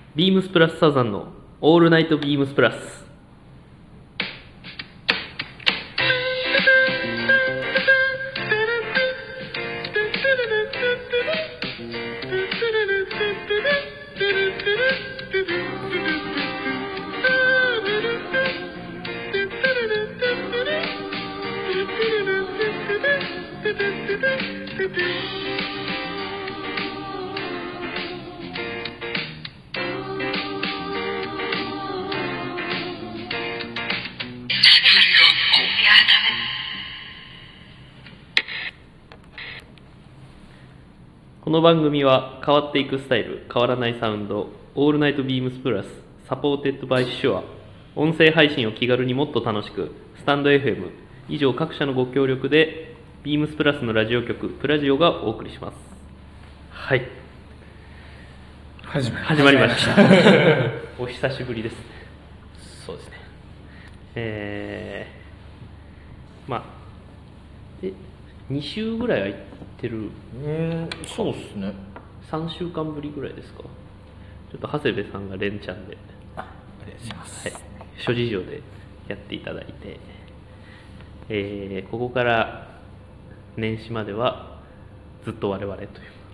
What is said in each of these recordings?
ビームスプラスサザンのオールナイトビームスプラス。この番組は変わっていくスタイル、変わらないサウンド、オールナイトビームスプラス、サポーテッドバイシュア、音声配信を気軽にもっと楽しく、スタンド FM、以上各社のご協力で、ビームスプラスのラジオ局、プラジオがお送りします。はい。 始まりました。お久しぶりです。 そうですね。 まあ、2週ぐらい空いてる。 そうですね。 3週間ぶりぐらいですか。ちょっと長谷部さんが連チャンで、 ありがとうございます。 はい、諸事情でやっていただいて、ここから年始まではずっと我々という、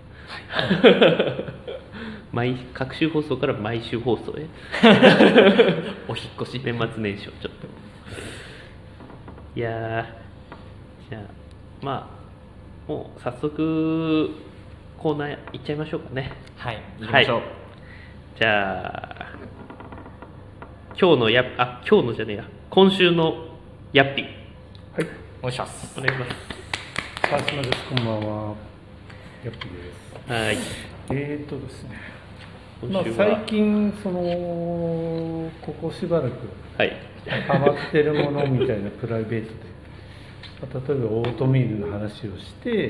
各週放送から毎週放送へお引っ越し、年末年始をちょっと。いやー、じゃあまあもう早速コーナー行っちゃいましょうかね。 はい、行きましょう。 はい、じゃあ今日のじゃねえや、今週のヤッピー。 はい、お願いします。 お願いします。 川島です。こんばんは。ヤッピーです。 はい。 ですね。最近ここしばらくハマってるものみたいなプライベートで。例えばオートミールの話をして、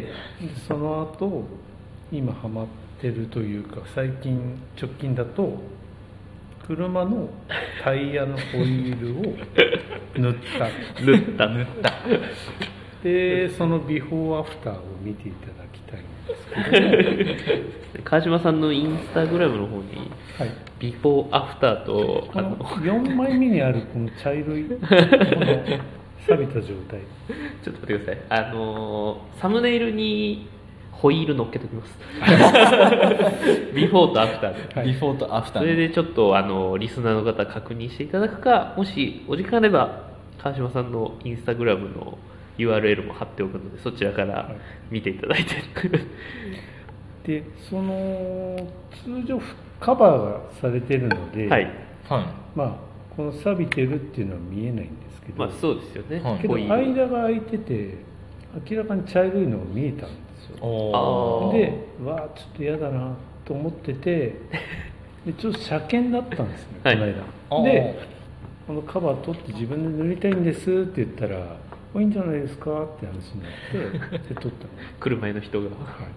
その後今ハマってるというか、直近だと車のタイヤのホイールを塗ったで、そのビフォーアフターを見ていただきたいんですけど川島さんのインスタグラムの方に、はい、ビフォーアフターとこの4枚目にあるこの茶色いこの錆びた状態。 ちょっと待ってください。サムネイルにホイール乗っけときます。ビフォーとアフターで、 ビフォーとアフター。 それでちょっとリスナーの方確認していただくか、もしお時間あれば川島さんのインスタグラムの URL も貼っておくので、そちらから見ていただいて、 で通常カバーがされてるので、 はい、 まあこの錆びてるっていうのは見えないんですけど、 まあそうですよね。 けど間が空いてて明らかに茶色いのが見えたんですよ。で、ちょっと嫌だなと思ってて、でちょっと車検だったんですね、この間。で、このカバー取って自分で塗りたいんですって言ったら、いいんじゃないですかって話になって、で取ったの。 車屋の人が。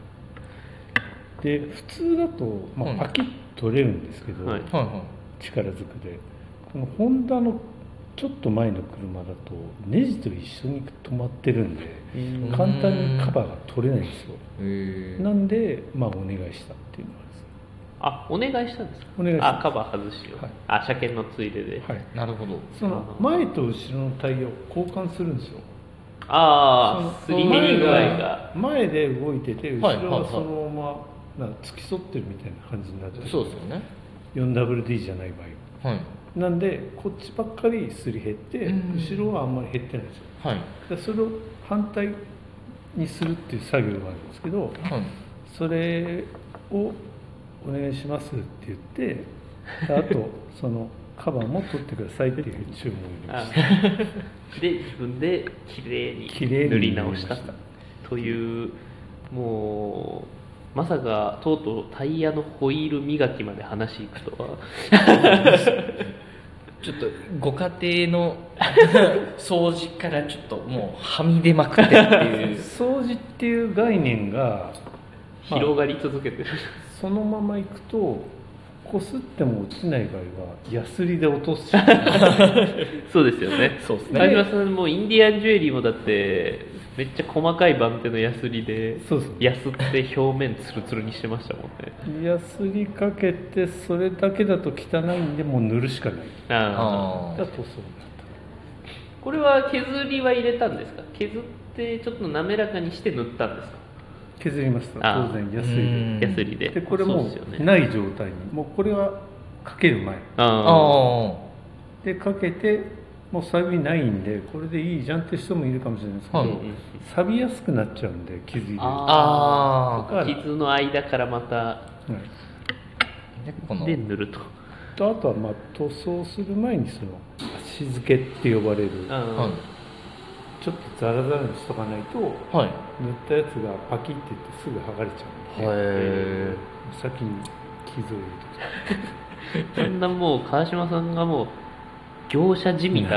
で、普通だと、パキッと取れるんですけど、力ずくで。このホンダのちょっと前の車だとネジと一緒に止まってるんで、簡単にカバーが取れないんですよ。なんでお願いしたっていうのはですね。 お願いしたんですか。 お願いした。 カバー外しを。車検のついでで。 なるほど。 その前と後ろのタイヤを交換するんですよ。 すり減り具合が前で動いてて、後ろはそのまま付き添ってるみたいな感じになってる。 そうですよね。 4WD じゃない場合は。なんでこっちばっかりすり減って、後ろはあんまり減ってないんですよ。でそれを反対にするっていう作業があるんですけど、それをお願いしますって言って、あとそのカバーも取ってくださいっていう注文を入れました。 で自分できれいに塗り直したという、もうまさかとうとうタイヤのホイール磨きまで話いくとは。 ちょっとご家庭の掃除からちょっともうはみ出まくってっていう掃除っていう概念が広がり続けてる。 そのままいくとこすっても落ちない場合はヤスリで落とす。 そうですよね。川島さんもインディアンジュエリーもだってめっちゃ細かい番手のヤスリでそうそうヤスって表面ツルツルにしてましたもんね。 ヤスリかけてそれだけだと汚いんでもう塗るしかない。 あだとそうだっこれは削りは入れたんですか？削ってちょっと滑らかにして塗ったんですか？ た。削りましたあ当然ヤスリで。 ヤスリで。 でこれもそうですよね。 ない状態にもうこれはかける前あでかけてもう錆ないんでこれでいいじゃんって人もいるかもしれないですけど、 はい錆びやすくなっちゃうんで傷入れると。 あだから傷の間からまたはいでこので塗ると。 あとはまあ塗装する前にその足付けって呼ばれるはちょっとザラザラにしとかないと塗いはいったやつがパキッていってすぐ剥がれちゃうんで、 へ先に傷を入れてそんなもう川島さんがもう業者じみた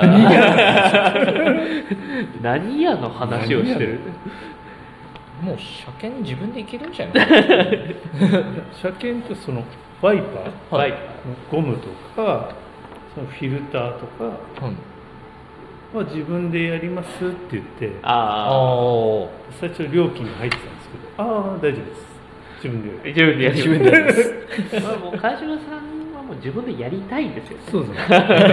何屋の話をしてる。 もう車検自分でいけるんじゃないですか。 車検ってそのワイパーはい。 ゴムとかそのフィルターとかはいは自分でやりますって言ってああ最初料金が入ってたんですけど大丈夫です自分でやあ。 る。 自分でやる。 自分でやりますまあもう川島さんはもう自分でやりたいんですよ。 そうそう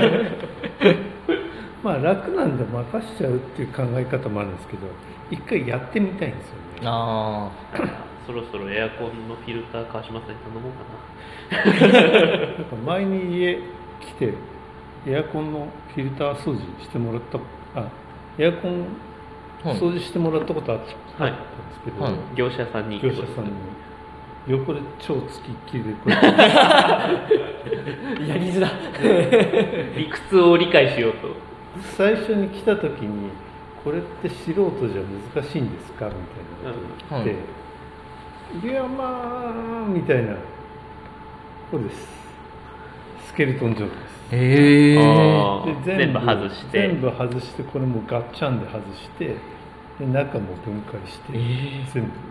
まあ楽なんで任しちゃうっていう考え方もあるんですけど一回やってみたいんですよね。 あそろそろエアコンのフィルター川島さんに頼もうかな。 なんか前に家来てエアコンのフィルター掃除してもらったエアコン掃除してもらったことあったんですけど、 はい業者さんに。 業者さんに横で超つきっきりでこうやってやりづら理屈を理解しようと。 最初に来た時にこれって素人じゃ難しいんですかみたいなことを言って、いやまあみたいなこれですスケルトン状態です。 へえあーで全部外して全部外してこれもガッチャンで外してで中も分解して、全部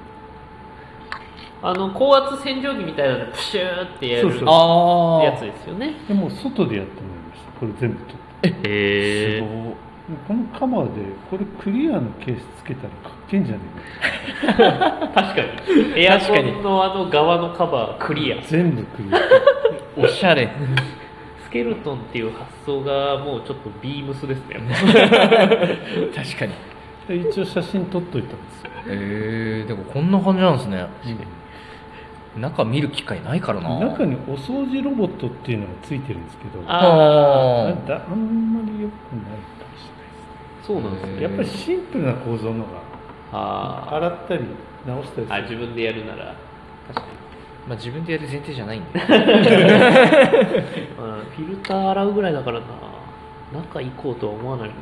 高圧洗浄機みたいなのでプシューってやるそうそうああやつですよね。 でもう外でやってもらいましたこれ全部取ってへえ。 このカバーでこれクリアのケースつけたらかっけえんじゃね確かにエアコンの側のカバークリア。 えか全部クリアおしゃれスケルトンっていう発想がもうちょっとビームスですね。 確かにで一応写真撮っといたんですよでもこんな感じなんですね。中見る機会ないからな。 中にお掃除ロボットっていうのがついてるんですけどあああんまり良くないかもしれないですね。 そうなんですね。 やっぱりシンプルな構造のがあ洗ったり直したりする自分でやるなら確かまあ自分でやる前提じゃないんでに、フィルター洗うぐらいだからな中行こうとは思わない。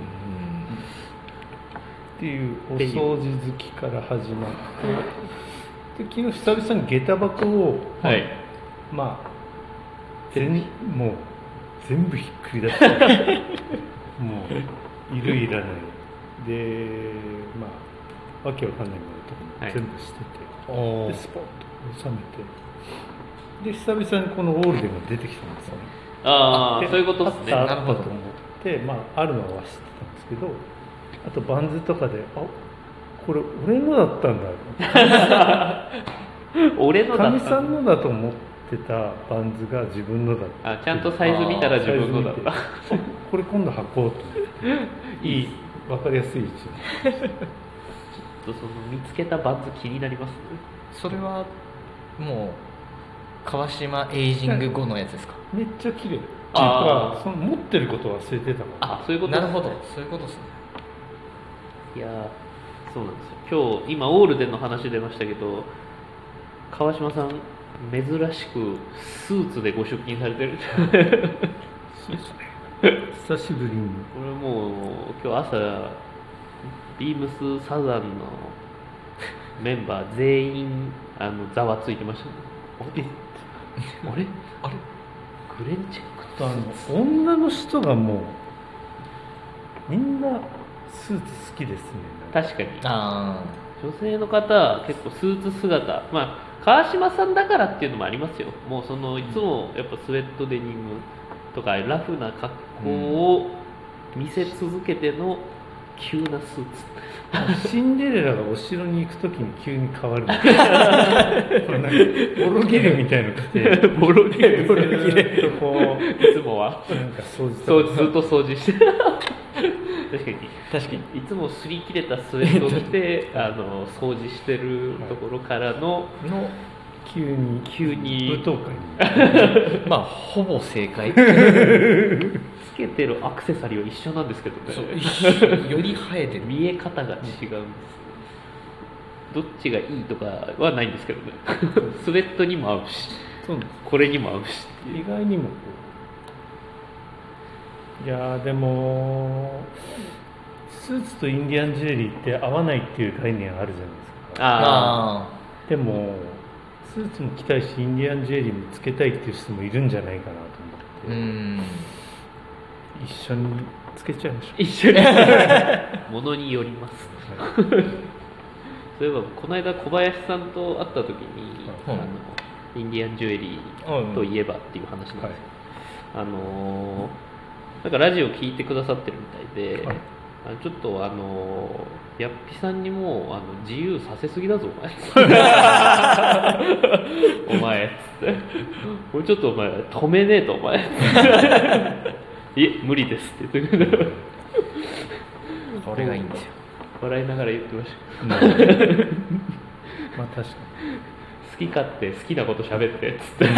っていうお掃除好きから始まってで昨日久々に下駄箱をはい。 まあもう全部ひっくり出してもういるいらないでまあわけわかんないものとかも全部捨てて、でスポッと収めてで久々にこのオールデンが出てきたんですよね。でああそういうことですね。 あったと思ってまああるのは知ってたんですけどあとバンズとかでこれ俺のだったんだ俺のだかみったさんのだと思ってたバンズが自分のだったちゃんとサイズ見たら自分のだった。 これ今度履こうと思っていい分かりやすい位置ちょっとその見つけたバンズ気になりますね。 それはもう川島エイジング後のやつですか。 めっちゃ綺麗っていうあかその持ってることを忘れてたからそういうことですね。 なるほどそういうことですね。 いやーそうなんですよ。今日今オールデンの話出ましたけど川島さん珍しくスーツでご出勤されてる。 そうですね久しぶりにこれもう今日朝ビームスサザンのメンバー全員ざわついてましたね。あれグレンチェック女の人がもうみんなスーツ好きですね。 確かにあ女性の方は結構スーツ姿川島さんだからっていうのもありますよ。もうそのいつもやっぱスウェットデニムとかラフな格好を見せ続けての急なスーツシンデレラがお城に行くときに急に変わるこれなんかボロゲルみたいの着てボロゲルずっとこういつもはなんか掃除そうずっと掃除して確かにいつも擦り切れたスウェットを着て掃除してるところからの急に舞踏会にまあほぼ正解つけてるアクセサリーは一緒なんですけどね。 そうより生えてる見え方が違うんです。どっちがいいとかはないんですけどねスウェットにも合うしそうなんですこれにも合うし意外にもこういやーでもスーツとインディアンジュエリーって合わないっていう概念あるじゃないですか。 あでもスーツも着たいしインディアンジュエリーもつけたいっていう人もいるんじゃないかなと思って一緒につけちゃいましょう。 一緒にものによりますそういえばこの間小林さんと会った時に、インディアンジュエリーといえばっていう話なんですけど、なんかラジオ聞いてくださってるみたいで、ちょっとヤッピさんにも自由させすぎだぞお前お前っつってこれちょっとお前止めねえとお前いえ無理ですって言ってくれるこれがいいんですよ。 笑いながら言ってましたまあ確かに好き勝手好きなこと喋ってっつって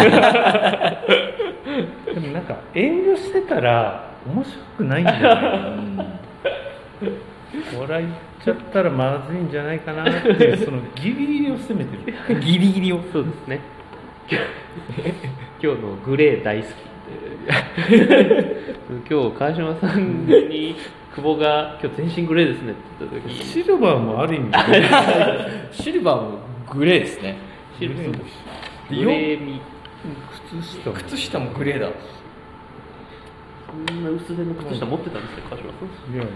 でもなんか遠慮してたら面白くないんじゃない笑いちゃったらまずいんじゃないかなっていうそのギリギリを攻めてるギリギリをそうですね今日のグレー大好き今日川島さんに久保が今日全身グレーですねって言った時シルバーもある意味シルバーもグレーですね。 シルバーググレーみ靴下もグレーだ。 そんな薄手の靴下持ってたんですか川島さん。 いやまあ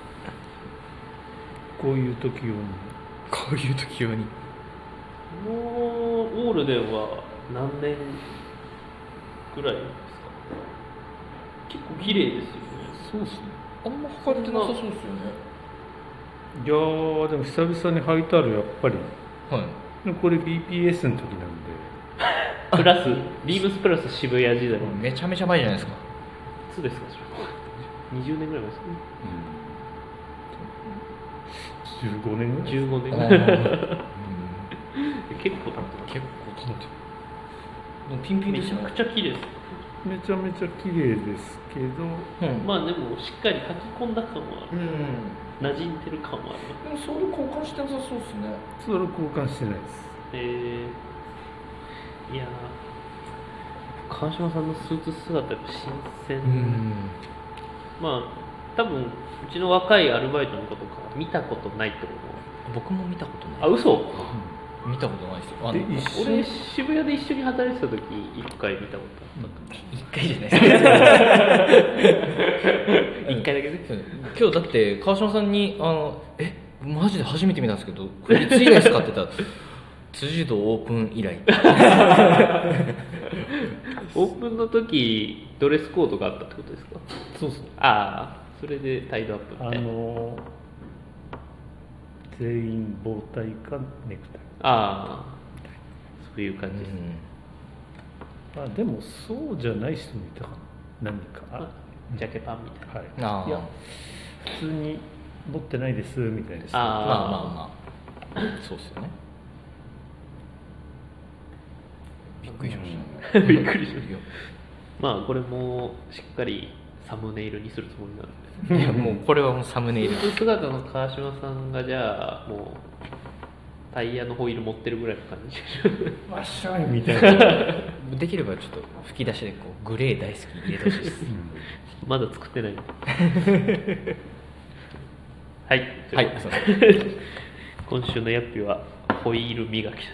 こういう時用にこういう時用にもうオールデンは何年ぐらいですか。結構綺麗ですよね。 そうっすね。 あんま履かれてなさそうですよね。 いやーでも久々に履いたらやっぱりはいこれ BPS の時なんでプラスビームスプラス渋谷時代めちゃめちゃ前じゃないですか。 いつですかそれ20年ぐらい前ですかね。 15年ぐらい 15年ぐらい結構経ってます。 結構経ってる。ピンピンめちゃですよね。 くちゃ綺麗です。 めちゃめちゃ綺麗ですけどまあでもしっかり書き込んだ感は馴染んでる感はあります。 でもそれ交換してなさそうですね。 それ交換してないですいや川島さんのスーツ姿やっぱ新鮮、まあ多分うちの若いアルバイトの子とか見たことないと思う。 僕も見たことない。 あ、嘘。 見たことないですよ。 俺渋谷で一緒に働いてた時1回見たことあった。 1回じゃないです 1回だけね。 今日だって川島さんにマジで初めて見たんですけどこれいつ以来ですかって言ったら辻堂オープン以来オープンの時ドレスコードがあったってことですか。 そうそうああ、それでタイドアップみたいな。 全員包帯かネクタイ。 ああ、そういう感じですね。 まあでもそうじゃない人もいたかな。何かジャケパンみたいな。 はい。いや普通に持ってないですみたいな人。 まあまあまあそうですよね。びっくりしましたね。 びっくりしました。まあこれもしっかりサムネイルにするつもりなんで。 いやもうこれはもうサムネイル。 スーツ姿の川島さんがじゃあもうタイヤのホイール持ってるぐらいの感じ。 わっしゃいみたいな。 できればちょっと吹き出しでこうグレー大好きに入れてほしいです。 まだ作ってない。はい。 はい。 今週のヤッピはホイール磨き。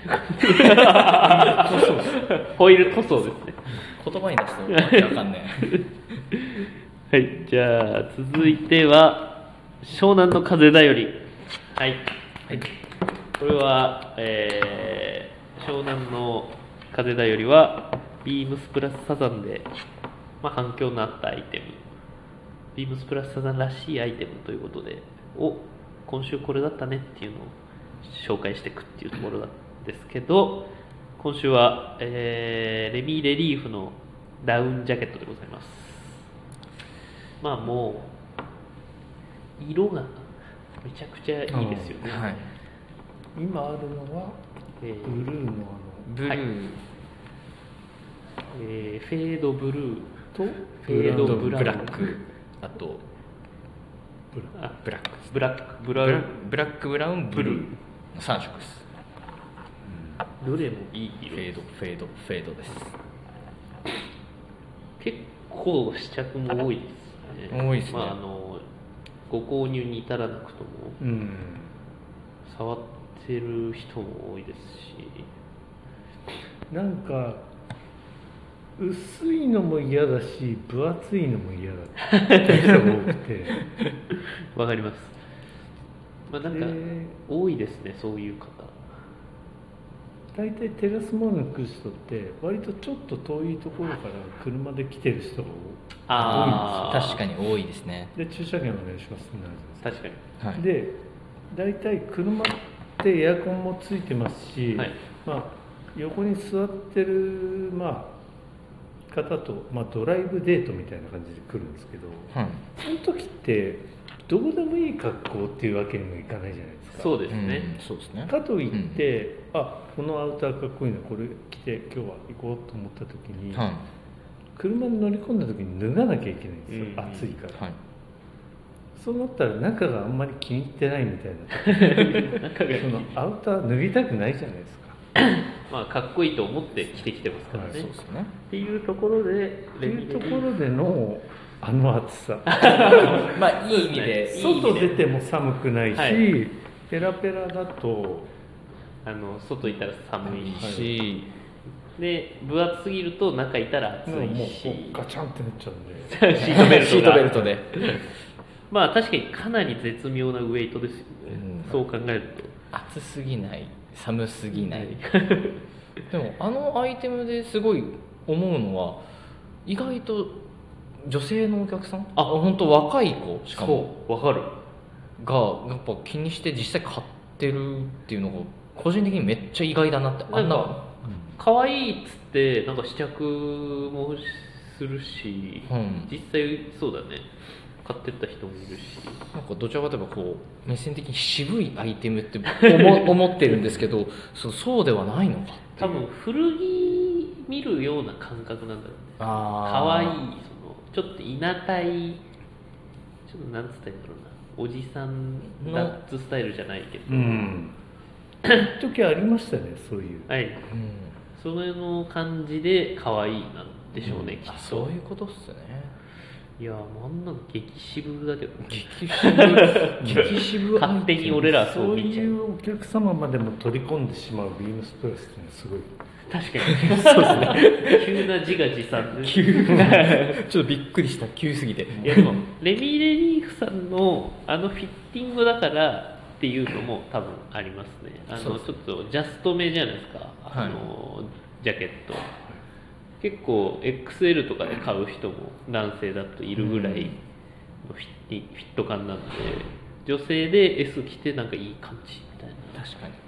ホイール塗装ですね。 言葉に出すとわけわかんない。 はい、じゃあ続いては湘南の風だより。はい。はい。これは、湘南の風だよりはビームスプラスサザンで、反響のあったアイテム、ビームスプラスサザンらしいアイテムということでを今週これだったねっていうのを紹介していくっていうところなんですけど、今週は、レミレリーフのダウンジャケットでございます。まあもう色がめちゃくちゃいいですよね。 はい、 今あるのは、ブルーのブルー、 はい、フェードブルーとフェードブラック、あとブラックブラックブラウンブラックブラウンブルーの3色です。 どれもいい色。 フェードです。 結構試着も多いですね。 多いですね。 まあご購入に至らなくとも、触ってる人も多いですし、 なんか薄いのも嫌だし分厚いのも嫌だって人が多くてわかります。まあなんか多いですね、そういう方。 大体テラスモールに来る人って割とちょっと遠いところから車で来てる人が多いんですよ。 確かに多いですね。 で駐車券お願いしますってなるじゃないですか。 確かに。 はい、 で大体車ってエアコンもついてますし、 はい、 まあ、横に座ってる、まあ、方と、まあ、ドライブデートみたいな感じで来るんですけど、 はい、 その時ってどうでもいい格好っていうわけにもいかないじゃないですか。 そうですね。 そうですね。 かといって、このアウターかっこいいな、これ着て今日は行こうと思った時に、 はい、 車に乗り込んだ時に脱がなきゃいけないんですよ、暑いから、はい、そうなったら中があんまり気に入ってないみたいなそのアウター脱ぎたくないじゃないですかまあかっこいいと思って着てきてますからね、 そうですね。 っていうところでっていうところでのあの暑さまあいい意味で外出ても寒くないし、 はい、 ペラペラだと外いたら寒いし、で分厚すぎると中いたら暑いし、 もうガチャンってなっちゃうんでシートベルトでまあ確かにかなり絶妙なウェイトですよね、そう考えると暑すぎない寒すぎないでもアイテムですごい思うのは意外と女性のお客さん、本当若い子しかも分かるがやっぱ気にして実際買ってるっていうのが個人的にめっちゃ意外だなって。 可愛いっつってなんか試着もするし、実際そうだね、買ってった人もいるし、 なんかどちらかといえばこう目線的に渋いアイテムって思ってるんですけどそうではないのか。 多分古着見るような感覚なんだろうね。可愛いちょっといなたい、ちょっとなんつったらいいんだろうな、おじさんダッツスタイルじゃないけど、 時ありましたね、そういう、 はい、それの感じで可愛いなんでしょうね、きっと。 そういうことっすね。 いやあんなの激渋だけど、 激渋勝手に俺らそう見ちゃう。そういうお客様までも取り込んでしまうビームスプラスっていうのはすごい。 確かにそうですね急な自画自賛でちょっとびっくりした、急すぎて。 いやでもレミレリーフさんのフィッティングだからっていうのも多分ありますね。ちょっとジャストめじゃないですか、ジャケット、結構 XL とかで買う人も男性だといるぐらいのフィット感なんで、女性で S 着てなんかいい感じみたいな。 確かに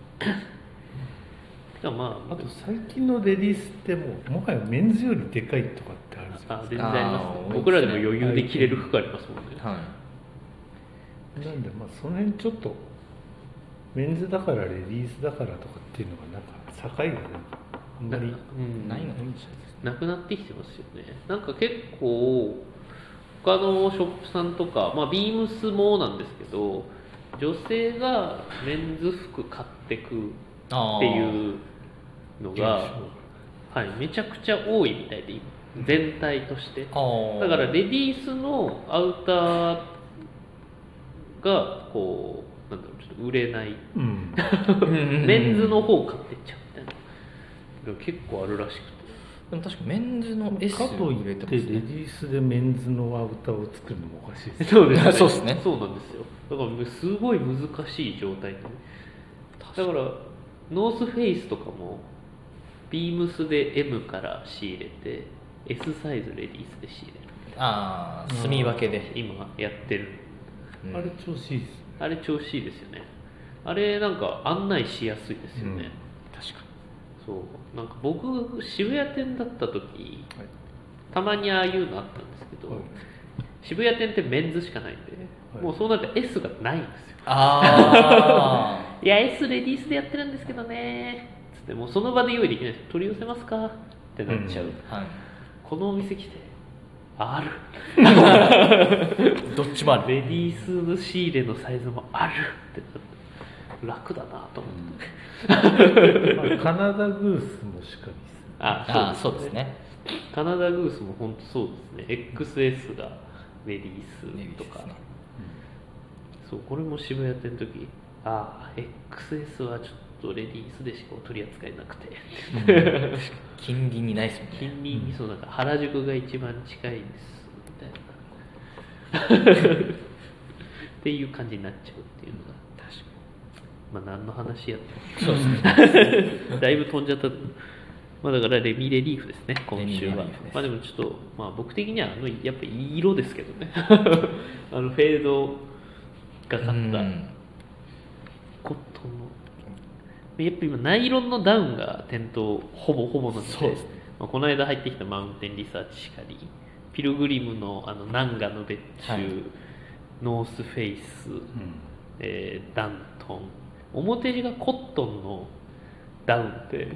まあ、 あと最近のレディースってもはやメンズよりでかいとかってあるじゃないですか。 全然ありますね。僕らでも余裕で着れる服ありますもんね。 なんでその辺ちょっとメンズだからレディースだからとかっていうのがなんか境があんまりないのなくなってきてますよね。なんか結構他のショップさんとか、ビームスもなんですけど、女性がメンズ服買ってくっていうのが、めちゃくちゃ多いみたいで、全体として。だからレディースのアウターがこうなんだろう、ちょっと売れない、メンズの方買ってっちゃうみたいな結構あるらしくて。 でも確かメンズの S かといってレディースでメンズのアウターを作るのもおかしいです。 そうですね。 そうですね。 そうなんですよ。だからすごい難しい状態で、だからノースフェイスとかもビームスで M から仕入れて S サイズレディースで仕入れる。 住み分けで今やってる。 あれ調子いいですね。 あれ調子いいですよね。あれなんか案内しやすいですよね、 確かに。 そうなんか僕渋谷店だった時、たまにああいうのあったんですけど、渋谷店ってメンズしかないんで、もうそうなると S がないんですよ。いや S レディースでやってるんですけどねつってもうその場で用意できないです。取り寄せますかってなっちゃう、このお店来てあるどっちもある。 レディースの仕入れのサイズもあるってなって楽だなと思って、 カナダグースもしかりです。 そうですね。 カナダグースも本当そうですね。 XS がレディースとか、そうこれも渋谷店の時XS はちょっとレディースでしか取り扱えなくて、 近隣にないですもんね。 近隣にそうなんか原宿が一番近いですみたいなっていう感じになっちゃうっていうのが確かに、何の話やったそうですねだいぶ飛んじゃった。だからレミレリーフですね今週は。でもちょっと僕的にはやっぱいい色ですけどねフェードがかったコットンのやっぱ今ナイロンのダウンが店頭ほぼなので、 そうですね。 この間入ってきたマウンテンリサーチしかり、ピルグリムのナンガの別注、ノースフェイス、ダントン、表地がコットンのダウンって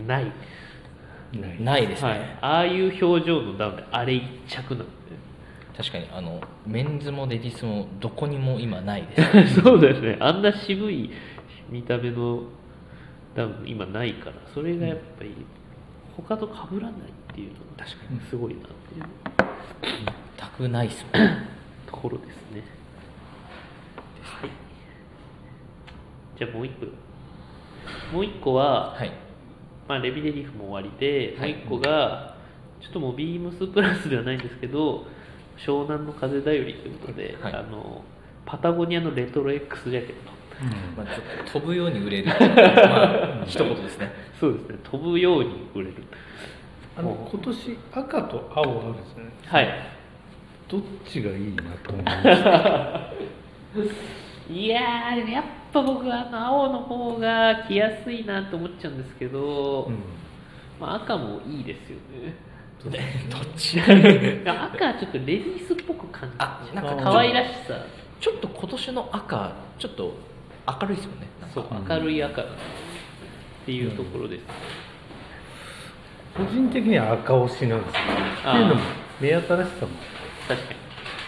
ないですね、 ああいう表情のダウンであれ一着なんで、 確かにメンズもレディースもどこにも今ないですそうですね。あんな渋い見た目のダウン今ないから、それがやっぱり他と被らないっていうのが確かにすごいなっていう全くないっすもんところですね。はい、じゃあもう一個は、レビレリーフも終わりで、もう一個がちょっともうビームスプラスではないんですけど、湘南の風だよりということで、パタゴニアのレトロ X ジャケット、 ちょっと飛ぶように売れる一言ですね。 そうですね、飛ぶように売れる。 今年赤と青あるんですね。どっちがいいなと思いましたいやーやっぱ僕は青の方が着やすいなと思っちゃうんですけど、赤もいいですよね。 どっち赤はちょっとレディースっぽく感じる。なんか可愛らしさ。 ちょっと今年の赤ちょっと明るいですよね。 そう、明るい赤っていうところです。 個人的には赤推しなんですよ。っていうのも目新しさも確かに。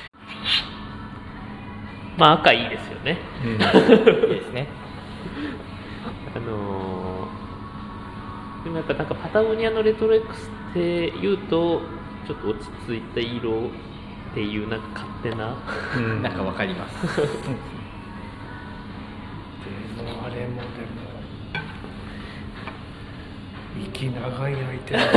赤いいですよね。 いいですね。 でもやっぱなんかパタゴニアのレトロ X っていうとちょっと落ち着いた色っていうなんか勝手な、 なんかわかります。 でもあれも息長い相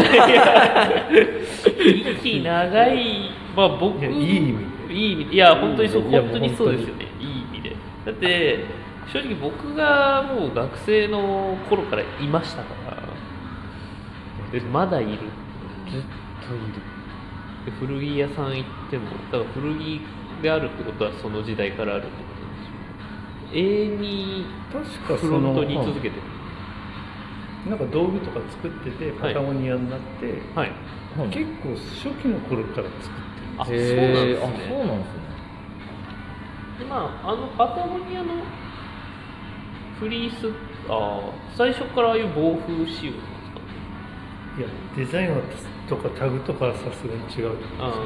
手息長い、僕いい意味でいい意味で、いや本当にそう本当にそうですよね。いい意味で。だって正直僕がもう学生の頃からいましたから。でまだいる。 ずっといる。 で古着屋さん行っても、だから古着であるってことはその時代からあるってことですよね。永遠にフロントに居続けてる。 なんか道具とか作っててパタゴニアになって、結構初期の頃から作ってる。 そうなんですね。 そうなんですね。 パタゴニアのフリース、最初からああいう防風仕様なんですか？ いや、デザインとかタグとかはさすがに違うと思うん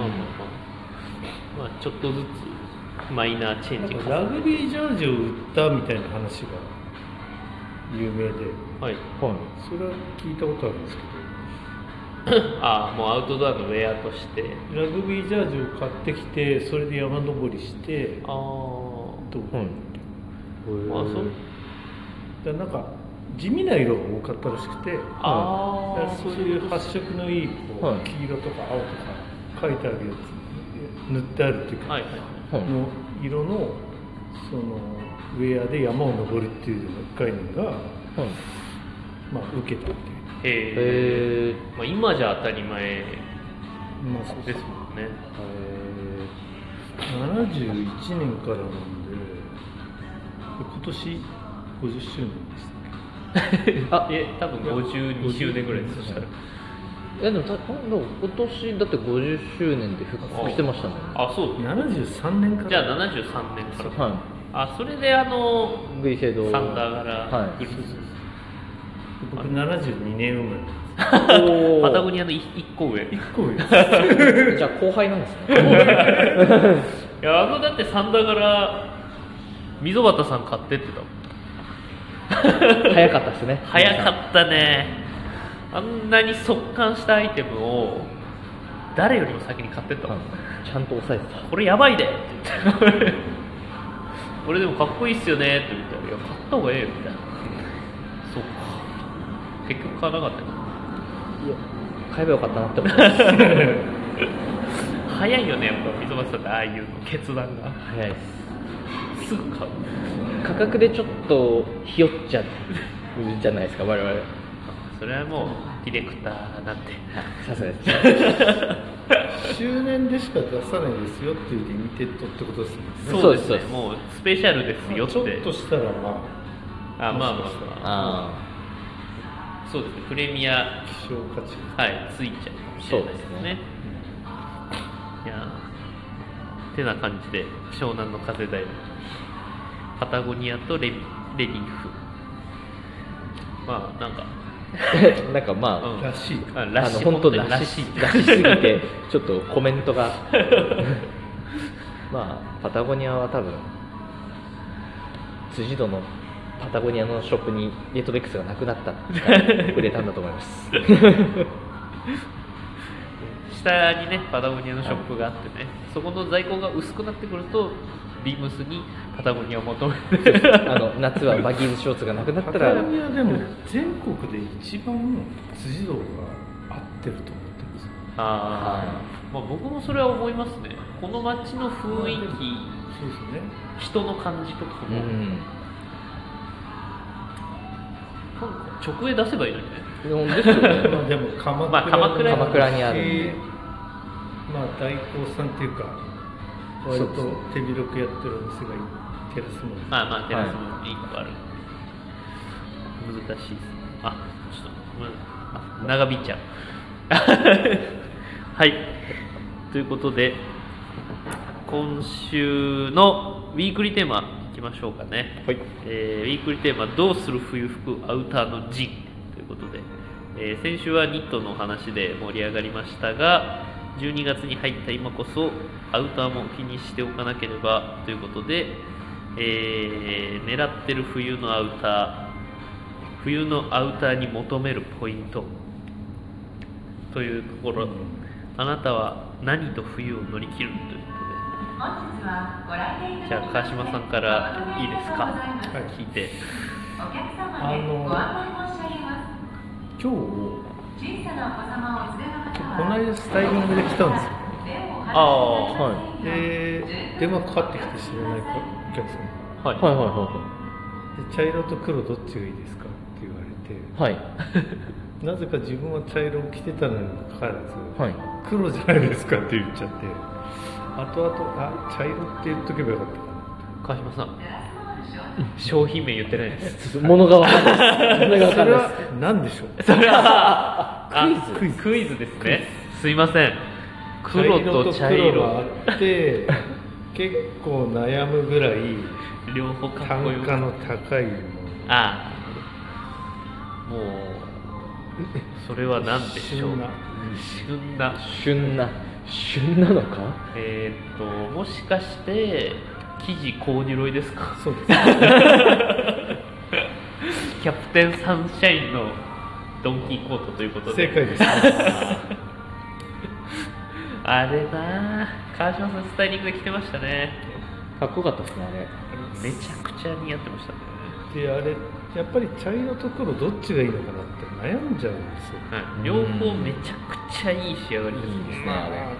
ですちょっとずつマイナーチェンジ。 ラグビージャージを売ったみたいな話が有名で、それは聞いたことあるんですけどもうアウトドアのウェアとしてラグビージャージを買ってきて、それで山登りしてなんか地味な色が多かったらしくて、そういう発色のいい黄色とか青とか書いてあるやつ、塗ってあるっていうか、の色のそのウェアで山を登るっていう概念が、受けたっていう。 今じゃ当たり前ですもんね。 71年からなんで今年50周年ですね。 多分52周年ぐらいですから。 でも今年だって50周年で復刻してましたもんね。 そう 73年から。 じゃあ73年から。 はい。 それでグリセドサンダー柄グリ僕72年生まれ。 パタゴニアの1個上。 1個上。 じゃあ後輩なんですね。 いやだってサンダー柄溝端さん買ってってた。 早かったですね。 早かったね。あんなに速乾したアイテムを誰よりも先に買ってったもん、 ちゃんと抑えてた。 これやばいでって言って俺でもかっこいいっすよねって言ったら、いや買った方がええよみたいな。そうか、結局買わなかったよ。 いや買えばよかったなって思って早いよねやっぱ溝端さんってああいうの決断が早いです。 すぐ買う。 価格でちょっとひよっちゃうじゃないですか我々。 それはもうディレクターなんてさすがです周年でしか出さないですよっていうリミテッドってことですね。 そうですね、もうスペシャルですよって。 ちょっとしたらそうですね、プレミア希少価値ついちゃうかもしれないですね。いやてな感じで湘南の風大パタゴニアとレリーフ、なんかなんからしい本当らしすぎてちょっとコメントがパタゴニアは多分辻堂のパタゴニアのショップにレッドベックスがなくなったから売れたんだと思います下にねパタゴニアのショップがあってね、そこの在庫が薄くなってくるとビームスにパタゴニアを求めて夏はバギーズショーツがなくなったらパタゴニアでも全国で一番辻堂が合ってると思ってます。 僕もそれは思いますね。この街の雰囲気、 そうですね、 人の感じとかも、直営出せばいいのにね。 ですよねでも鎌倉にある大工さんっていうか割と手広くやってるお店がテラスもテラスも1個ある。難しいですね。ちょっと長引いちゃうはいということで今週のウィークリーテーマいきましょうかね。ウィークリーテーマどうする冬服アウターの陣ということで、先週はニットの話で盛り上がりましたが、12月に入った今こそアウターも気にしておかなければということで、狙ってる冬のアウターに求めるポイントというところ、あなたは何と冬を乗り切るということで、じゃあ川島さんからいいですか、聞いて。 今日この間スタイリングで来たんですよ。で電話かかってきて知らないお客さんで茶色と黒どっちがいいですかって言われて、なぜか自分は茶色を着てたのにもかかわらず、黒じゃないですかって言っちゃって、後々茶色って言っとけばよかったかな。 川島さん商品名言ってないです。 物が分かんないです。 それは何でしょう。 それはクイズですね。すいません。黒と茶色があって結構悩むぐらい両方かっこよく、 単価の高いもの。 もうそれは何でしょう。 旬なのか。 もしかして生地コーデュロイですか。 そうですキャプテンサンシャインのドンキーコートということで正解ですあれな、川島さんスタイリングで着てましたね。 かっこよかったですね。あれめちゃくちゃ似合ってましたね。 であれやっぱり茶色と黒どっちがいいのかなって悩んじゃうんですよ、 両方めちゃくちゃいい仕上がりですね。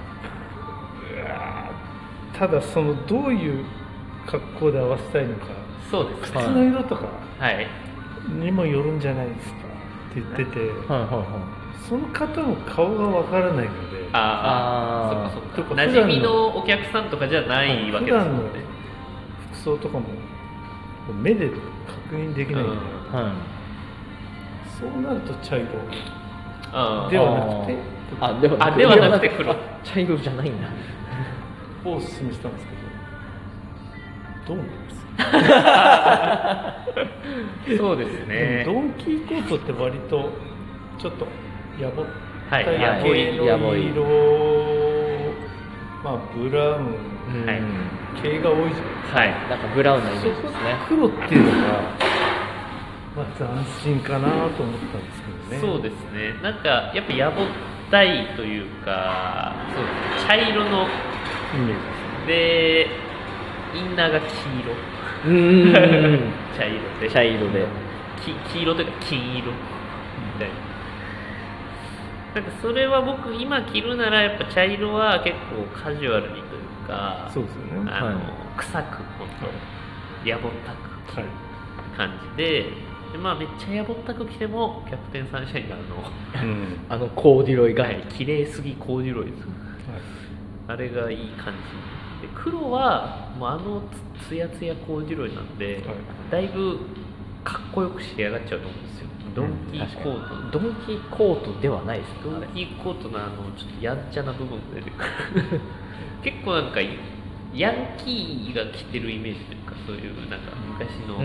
ただそのどういう格好で合わせたいのか、 そうですね、靴の色とかはいにもよるんじゃないですかって言ってて、その方も顔がわからないので、 ああ、そっかそっか。馴染みのお客さんとかじゃないわけですもんね。 服装とかも目で確認できないんで、そうなると茶色ではなくて、 ではなくて黒。 茶色じゃないんだ。 をお勧めしたんですけど、どう思います？ そうですね。 ドンキーコートって割とちょっとやぼったい系やぼいの色、まあブラウン系が多いじゃないですか。 なんかブラウンなイメージですね。 黒っていうのが、まあ、斬新かなと思ったんですけどね。 そうですね。なんかやっぱやぼったいというか、茶色のイメージで、インナーが黄色。茶色で黄色というか金色みたいな。なんかそれは僕今着るならやっぱ茶色は結構カジュアルにというか、 そうですよね。 臭く本当やぼったく着る感じで、まあめっちゃやぼったく着てもキャプテンサンシャインのコーデュロイが綺麗すぎコーデュロイです、あれがいい感じで、黒はもうツヤツヤコーデュロイなんで、だいぶかっこよく仕上がっちゃうと思うんですよ。ドンキーコート、 ドンキーコートではないです。 ドンキーコートのちょっとやんちゃな部分が出てくる結構なんかヤンキーが着てるイメージというか、そういうなんか昔の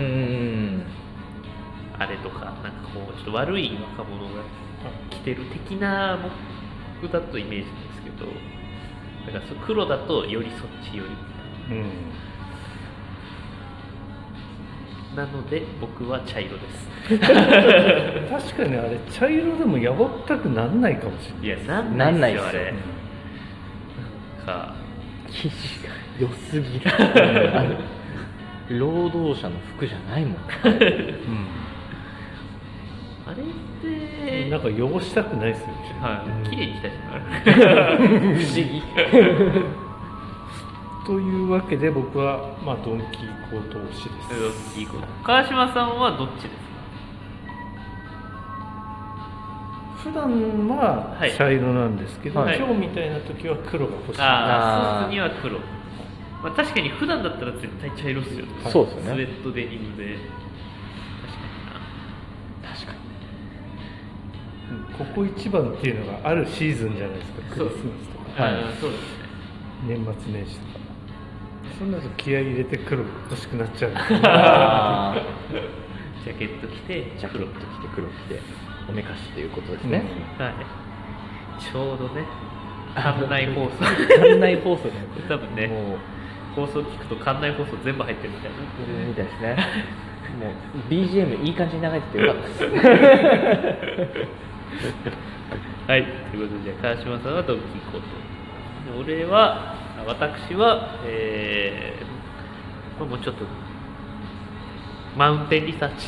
あれとか、なんかこうちょっと悪い若者が着てる的な僕だとイメージなんですけど、だから黒だとよりそっちより、なので僕は茶色です確かにあれ茶色でもやぼったくなんないかもしれない。 いやなんないですよあれ、 なんか生地が良すぎる労働者の服じゃないもん、 あれってなんか汚したくないですよね。 綺麗に着たいですから不思議というわけで僕は、まあ、ドンキーコート推しです。 ドンキーコート。川島さんはどっちですか？ 普段は茶色なんですけど、今日みたいな時は黒が欲しい。 スーツには黒。まあ、確かに普段だったら絶対茶色っすよね。 そうですよね。 スウェットデニムで。 確かに。 ここ一番っていうのがあるシーズンじゃないですか。クリスマスとか。 そうですね。 年末年始とか。そんなと気合い入れて黒が欲しくなっちゃう。 ジャケット着て黒着ておめかしということですね。 ちょうどね。館内放送ね。 多分ね。もう放送聞くと館内放送全部入ってるみたいな。 みたいですね。もう BGM いい感じに流れててよかったです。 はい、ということで川島さんはドンキーコート。私は、もうちょっとマウンテンリサーチ。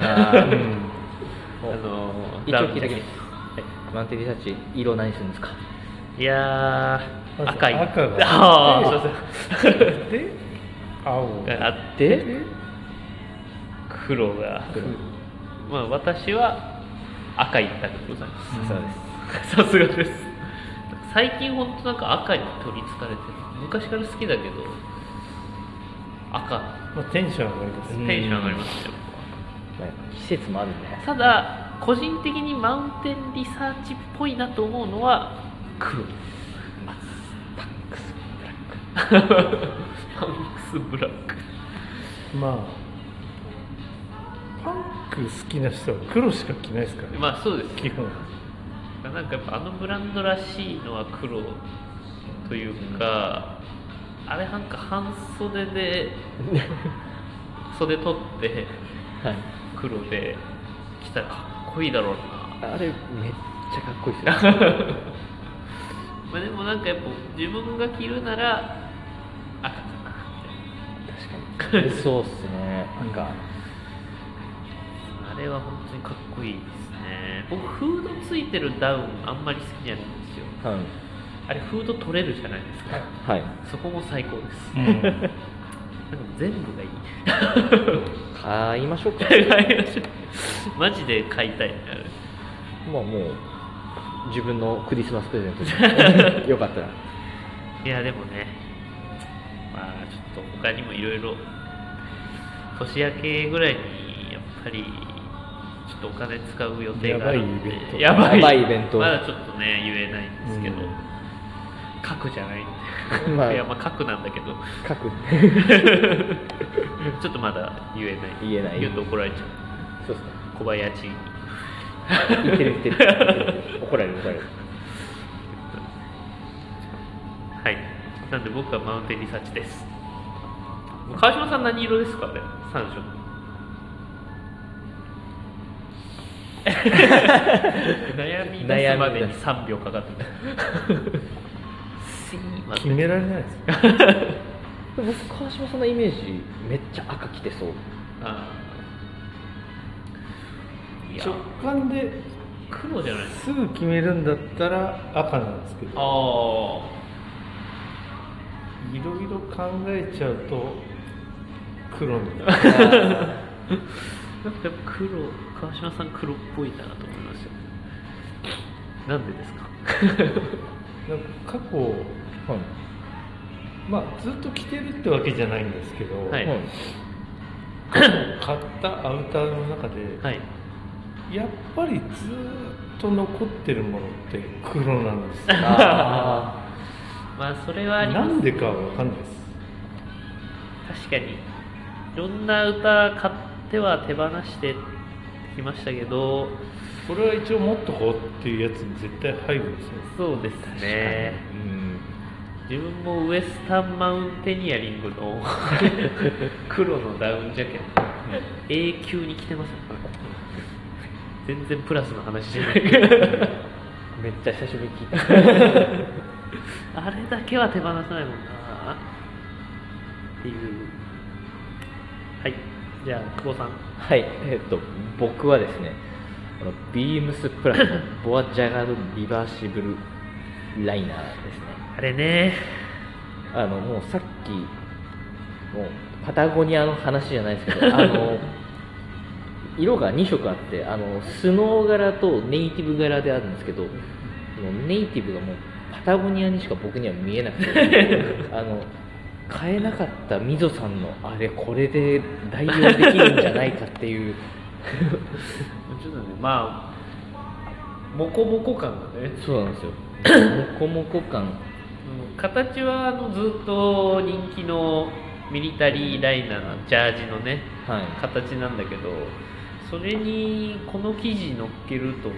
一応聞いてきます。マウンテンリサーチ、色何するんですか？ いやー、赤い。 赤がで、青があって、黒が。まあ私は赤一択でございます。さすがです。最近本当なんか赤に取りつかれてる。昔から好きだけど赤、 テンション上がりますね。 テンション上がりますね。 季節もあるね。 ただ個人的にマウンテンリサーチっぽいなと思うのは黒。パンクスブラック。 まあパンク好きな人は黒しか着ないですからね。 まあそうです、 基本。 なんかやっぱブランドらしいのは黒というか、あれなんか半袖で袖取って黒で着たらかっこいいだろうな。 あれめっちゃかっこいいですよまあでもなんかやっぱ自分が着るなら赤かな。 確かにそうっすね。なんかあれは本当にかっこいいですね。僕フードついてるダウンあんまり好きじゃないんですよ。あれフード取れるじゃないですか。そこも最高です。なんか全部がいい。 買いましょうか。 マジで買いたいね。 まあもう自分のクリスマスプレゼントでよかったら。 いやでもね、まあちょっと他にもいろいろ年明けぐらいにやっぱりちょっとお金使う予定があるんで、 やばいイベントまだちょっとね言えないんですけど、核じゃないんで、 まあ、 いやまあ核なんだけど核ちょっとまだ言えない言うと怒られちゃう。 そうですね、 小林に言ってる怒られるはい、なんで僕はマウンテンリサーチです。川島さん何色ですかね、3色悩み出すまでに3秒かかってた決められないですか僕、川島さんのイメージめっちゃ赤着てそう。 直感で黒じゃないですか。 すぐ決めるんだったら赤なんですけど、いろいろ考えちゃうと黒になる。 なんかやっぱ川島さん黒っぽいなと思いますよ。なんでですか？ なんか過去、まあずっと着てるってわけじゃないんですけど、買ったアウターの中で、やっぱりずっと残ってるものって黒なんですよ。 まあそれはあります。 なんでかわかんないです。 確かにいろんな歌買っては手放してきましたけど、 これは一応持っとこうっていうやつに絶対入るんですよ。 そうですね、自分もウエスタンマウンテニアリングの黒のダウンジャケット永久に着てます。全然プラスの話じゃないめっちゃ久しぶりに聞いたあれだけは手放さないもんなっていう。はい、じゃあ久保さん。 はい、僕はですね、ビームスプラスのボアジャガードリバーシブルライナーですね。 あれね、 もうさっきもうパタゴニアの話じゃないですけど色が2色あって、スノー柄とネイティブ柄であるんですけど、ネイティブがもうパタゴニアにしか僕には見えなくて買えなかったみぞさんのあれこれで代用できるんじゃないかっていうちょっとね、まあモコモコ感がね、 そうなんですよモコモコ感、 形はずっと人気のミリタリーライナーのジャージのね、形なんだけど、それにこの生地乗っけると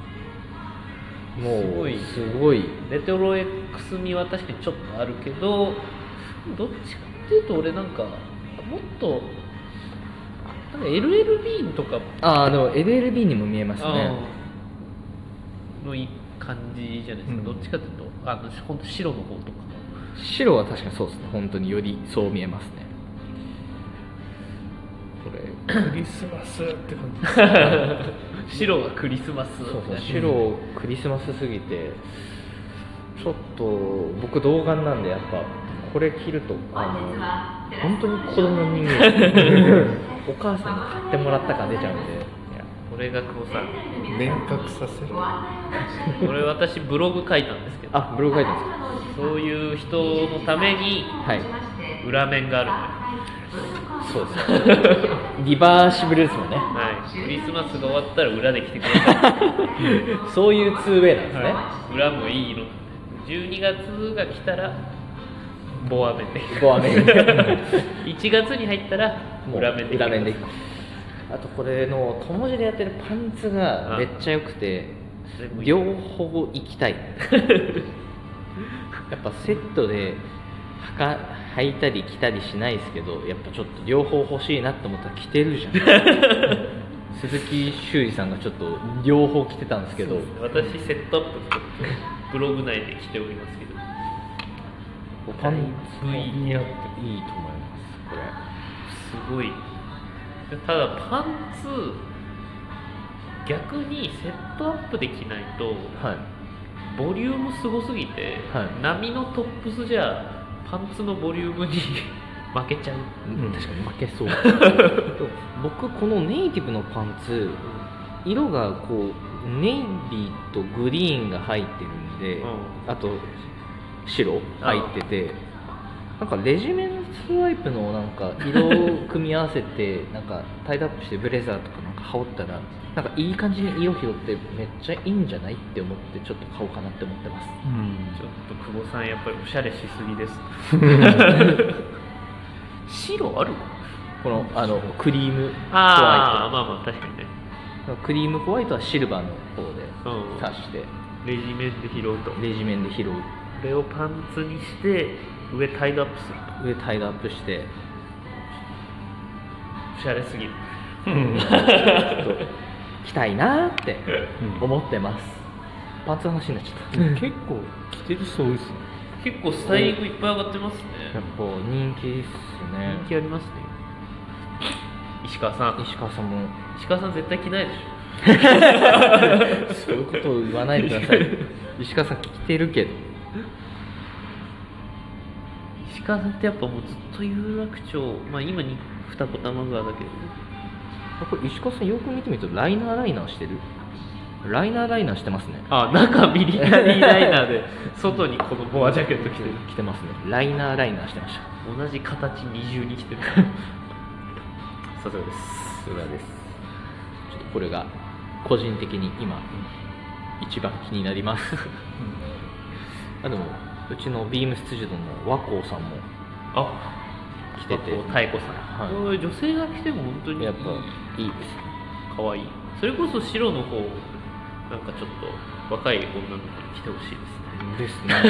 もうすごいレトロ X 味は確かにちょっとあるけど、どっちかっていうと俺なんかもっとなんか LLB とか、 でも LLB にも見えますねのいい感じじゃないですか、どっちかっていうと本当白の方とか。 白は確かにそうですね、本当によりそう見えますね。 これクリスマスって感じです白がクリスマス、 そう白クリスマスすぎてちょっと僕童顔なんでやっぱこれ着ると本当に子供に見えるお母さんに買ってもらった感出ちゃうんで。 これが久保さん明確させるこれ私ブログ書いたんですけど、 ブログ書いたんですか。 そういう人のために裏面があるそうですリバーシブルですもんね。 クリスマスが終わったら裏で来てくださいそういう 2way なんですね、 裏もいい色。12月が来たらボア面で1月に入ったら裏面であとこれの友達でやってるパンツがめっちゃ良くて両方行きたいやっぱセットで履いたり着たりしないですけど、やっぱちょっと両方欲しいなと思ったら着てるじゃん鈴木修二さんがちょっと両方着てたんですけど、 私セットアップブログ内で着ておりますけど、 パンツ似合っていいと思います。これすごい。ただパンツ逆にセットアップで着ないと、ボリュームすごすぎて、波のトップスじゃパンツのボリュームに負けちゃう、 確かに負けそう僕このネイティブのパンツ色がこうネイビーとグリーンが入ってるんで、あと白入ってて、なんかレジメントワイプのなんか色を組み合わせてなんかタイドアップしてブレザーとかなんか羽織ったらなんかいい感じに色拾ってめっちゃいいんじゃないって思ってちょっと買おうかなって思ってます。 ちょっと久保さんやっぱりおしゃれしすぎです。白ある？ このクリームホワイト。 まあまあ確かにね。 クリームホワイトはシルバーの方で足して、 レジメンで拾うと。 レジメンで拾う。 これをパンツにして上タイドアップすると。 上タイドアップしておしゃれすぎる。 ちょっと着たいなって思ってます。パンツの話になっちゃった。 結構着てる人多いですね。 結構スタイリングいっぱい上がってますね。 やっぱ人気ですね。 人気ありますね。石川さんも。石川さん絶対着ないでしょ。そういうことを言わないでください。石川さん着てるけど。 石川さんってやっぱもうずっと有楽町、まあ今に二子玉川だけど、 これ石川さんよく見てみるとライナーしてる。ライナーしてますね。 中ミリタリーライナーで外にこのボアジャケット着てますね。ライナーしてました。 同じ形二重に着てる。さすがです。 ちょっとこれが個人的に今一番気になります。でもうちのビームス辻堂の和光さんも着てて、 太鼓さん、女性が着ても本当にやっぱいいですね。 かわいい。それこそ白の方なんかちょっと若い女の子に着てほしいですね。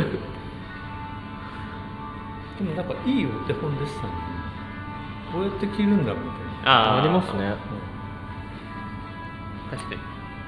でもなんかいいお手本でしたね。こうやって着るんだみたいな。 ありますね。 確かに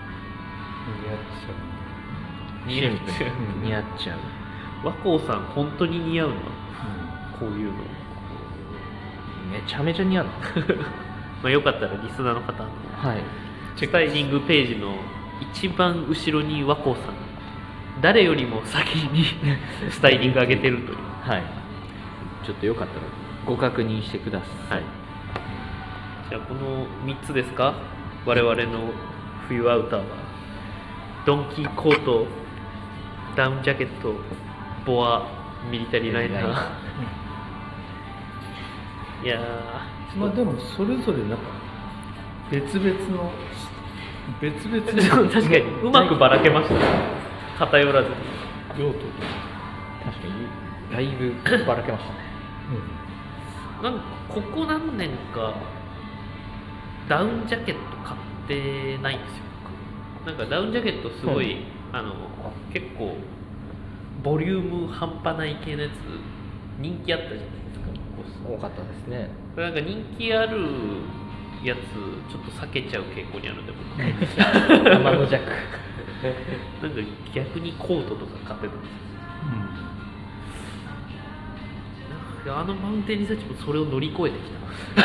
似合っちゃう。 和光さん本当に似合うな、こういうのめちゃめちゃ似合うの。 まあよかったらリスナーの方の、スタイリングページの一番後ろに和光さん誰よりも先にスタイリング上げてるという。 ちょっとよかったらご確認してください。 じゃあこの3つですか。我々の冬アウターはドンキーコート、ダウンジャケット、ボア、ミリタリーライナー。いやまあでもそれぞれなんか別々の確かにうまくばらけましたね。偏らずに用途。 確かにだいぶばらけましたね。 なんかここ何年かダウンジャケット買ってないんですよ。なんかダウンジャケットすごい、結構ボリューム半端ない系のやつ人気あったじゃないですか。 多かったですね。 なんか人気あるやつちょっと避けちゃう傾向にあるんで僕天の弱。 なんか逆にコートとか買ってたんですよ。マウンテンリサーチもそれを乗り越えてきた。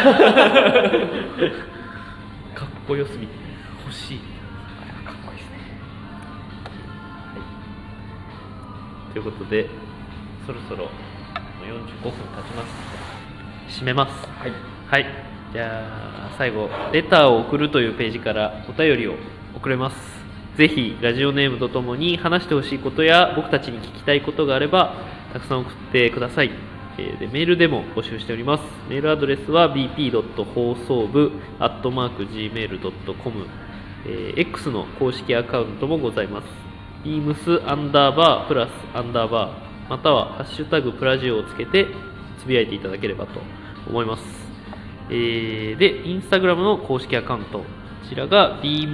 かっこよすぎて欲しい。 かっこいいですね。 ということでそろそろもう45分経ちます。締めます。じゃあ最後レターを送るというページからお便りを送れます。ぜひラジオネームとともに話してほしいことや僕たちに聞きたいことがあればたくさん送ってください。でメールでも募集しております。メールアドレスは bp. 放送部 @gmail.com、X の公式アカウントもございます。beams_+_ またはハッシュタグプラジオをつけてつぶやいていただければと思います。でインスタグラムの公式アカウント、こちらが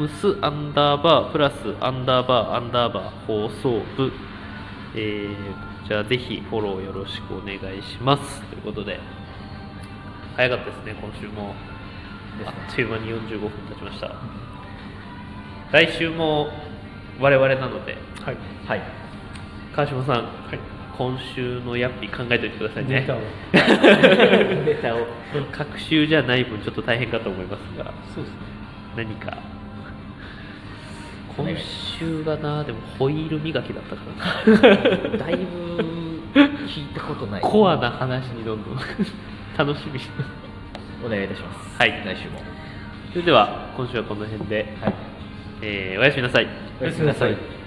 beams_+_ 放送部、じゃあぜひフォローよろしくお願いしますということで、早かったですね。今週もあっという間に45分経ちました。来週も我々なので、川島さん、今週のヤッピー考えておいてくださいね。ネタを隔週じゃない分ちょっと大変かと思いますが、 そうですね。 何か今週がな、でもホイール磨きだったからだいぶ聞いたことないコアな話にどんどん楽しみにお願いいたします。 来週もそれでは今週はこの辺で、おやすみなさい。 おやすみなさい。